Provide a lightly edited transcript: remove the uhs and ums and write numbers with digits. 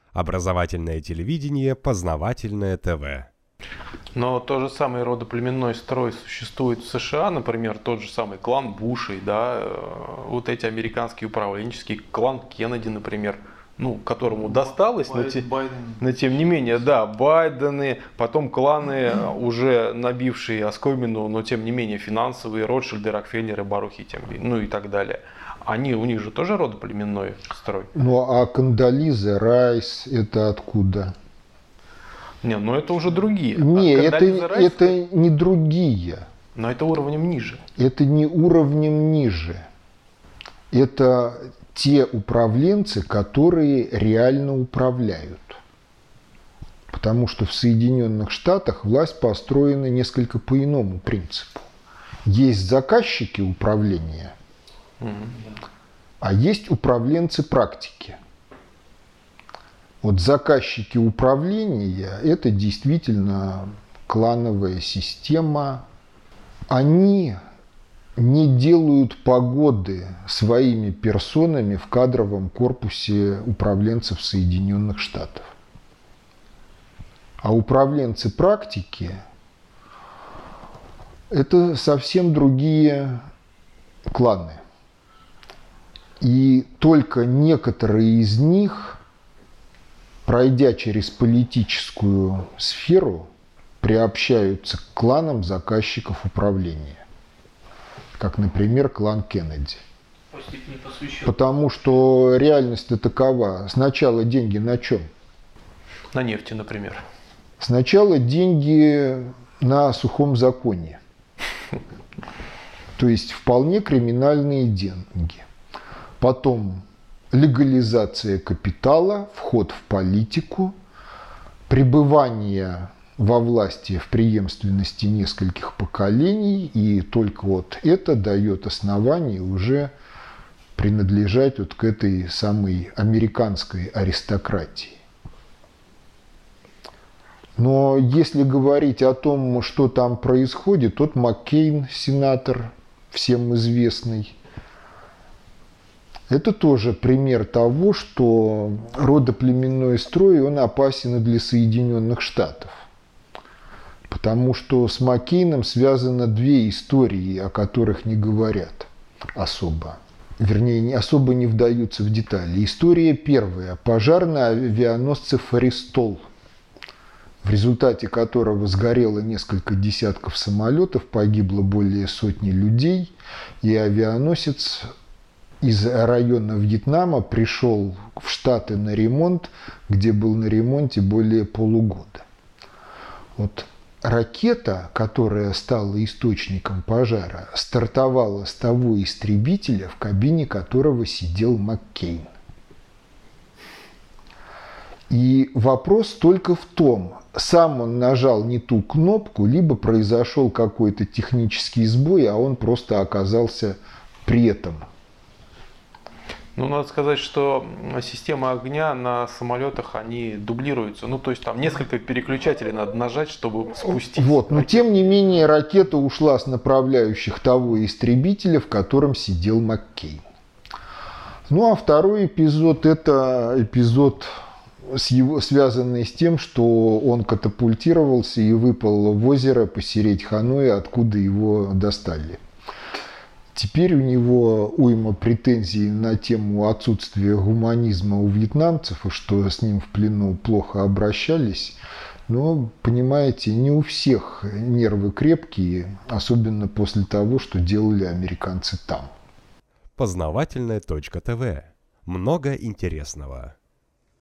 Образовательное телевидение, познавательное ТВ. Но тот же самый родоплеменной строй существует в США, например, тот же самый клан Бушей, да, вот эти американские управленческие, клан Кеннеди, например, ну, которому досталось, но тем не менее, да, Байдены, потом кланы, уже набившие оскомину, но тем не менее финансовые, Ротшильды, Рокфеллеры, Барухи, ну и так далее. У них же тоже родоплеменной строй. Ну а Кондолиза Райс это откуда? Не, ну это уже другие. Не, это не другие. Но это уровнем ниже. Это не уровнем ниже. Это те управленцы, которые реально управляют. Потому что в Соединенных Штатах власть построена несколько по иному принципу. Есть заказчики управления, а есть управленцы практики. Вот заказчики управления – это действительно клановая система. Они не делают погоды своими персонами в кадровом корпусе управленцев Соединенных Штатов. А управленцы практики – это совсем другие кланы. И только некоторые из них, пройдя через политическую сферу, приобщаются к кланам заказчиков управления. Как, например, клан Кеннеди. Потому что реальность такова. Сначала деньги на чем? На нефти, например. Сначала деньги на сухом законе. То есть вполне криминальные деньги. Потом легализация капитала, вход в политику, пребывание во власти в преемственности нескольких поколений, и только вот это дает основание уже принадлежать вот к этой самой американской аристократии. Но если говорить о том, что там происходит, тот Маккейн, сенатор, всем известный, это тоже пример того, что родоплеменной строй, он опасен и для Соединенных Штатов. Потому что с Маккейном связано две истории, о которых не говорят особо. Вернее, особо не вдаются в детали. История первая. Пожар на авианосце «Фаристол», в результате которого сгорело несколько десятков самолетов, погибло более сотни людей, и авианосец из района Вьетнама пришел в Штаты на ремонт, где был на ремонте более полугода. Вот ракета, которая стала источником пожара, стартовала с того истребителя, в кабине которого сидел Маккейн. И вопрос только в том, сам он нажал не ту кнопку, либо произошел какой-то технический сбой, а он просто оказался при этом. Ну, надо сказать, что системы огня на самолетах, они дублируются. Ну, то есть там несколько переключателей надо нажать, чтобы спустить. Вот, но тем не менее ракета ушла с направляющих того истребителя, в котором сидел Маккейн. Ну, а второй эпизод – это эпизод, связанный с тем, что он катапультировался и выпал в озеро посередь Ханоя, откуда его достали. Теперь у него уйма претензий на тему отсутствия гуманизма у вьетнамцев, и что с ним в плену плохо обращались. Но, понимаете, не у всех нервы крепкие, особенно после того, что делали американцы там. Познавательное ТВ. Много интересного.